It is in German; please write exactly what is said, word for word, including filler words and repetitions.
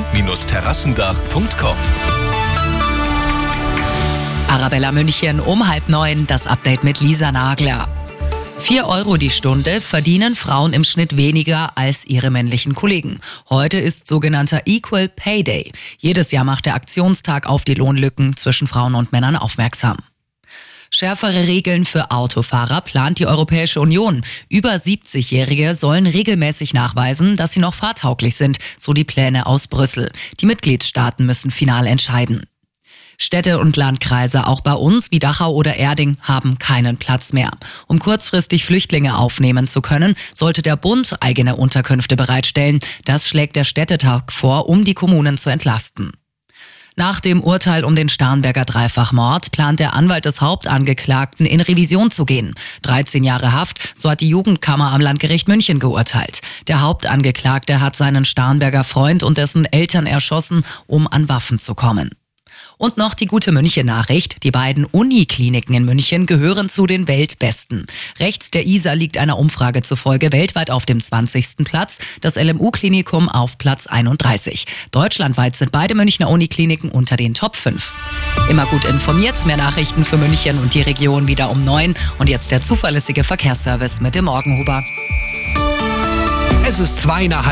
terrassendach punkt com. Arabella München um halb neun, das Update mit Lisa Nagler. Vier Euro die Stunde verdienen Frauen im Schnitt weniger als ihre männlichen Kollegen. Heute ist sogenannter Equal Pay Day. Jedes Jahr macht der Aktionstag auf die Lohnlücken zwischen Frauen und Männern aufmerksam. Schärfere Regeln für Autofahrer plant die Europäische Union. Über siebzigjährige sollen regelmäßig nachweisen, dass sie noch fahrtauglich sind, so die Pläne aus Brüssel. Die Mitgliedstaaten müssen final entscheiden. Städte und Landkreise, auch bei uns wie Dachau oder Erding, haben keinen Platz mehr. Um kurzfristig Flüchtlinge aufnehmen zu können, sollte der Bund eigene Unterkünfte bereitstellen. Das schlägt der Städtetag vor, um die Kommunen zu entlasten. Nach dem Urteil um den Starnberger Dreifachmord plant der Anwalt des Hauptangeklagten in Revision zu gehen. dreizehn Jahre Haft, so hat die Jugendkammer am Landgericht München geurteilt. Der Hauptangeklagte hat seinen Starnberger Freund und dessen Eltern erschossen, um an Waffen zu kommen. Und noch die gute München-Nachricht. Die beiden Unikliniken in München gehören zu den Weltbesten. Rechts der Isar liegt einer Umfrage zufolge weltweit auf dem zwanzigsten Platz, das L M U-Klinikum auf Platz einunddreißig. Deutschlandweit sind beide Münchner Unikliniken unter den Top fünf. Immer gut informiert, mehr Nachrichten für München und die Region wieder um neun. Und jetzt der zuverlässige Verkehrsservice mit dem Morgenhuber. Es ist zwei nach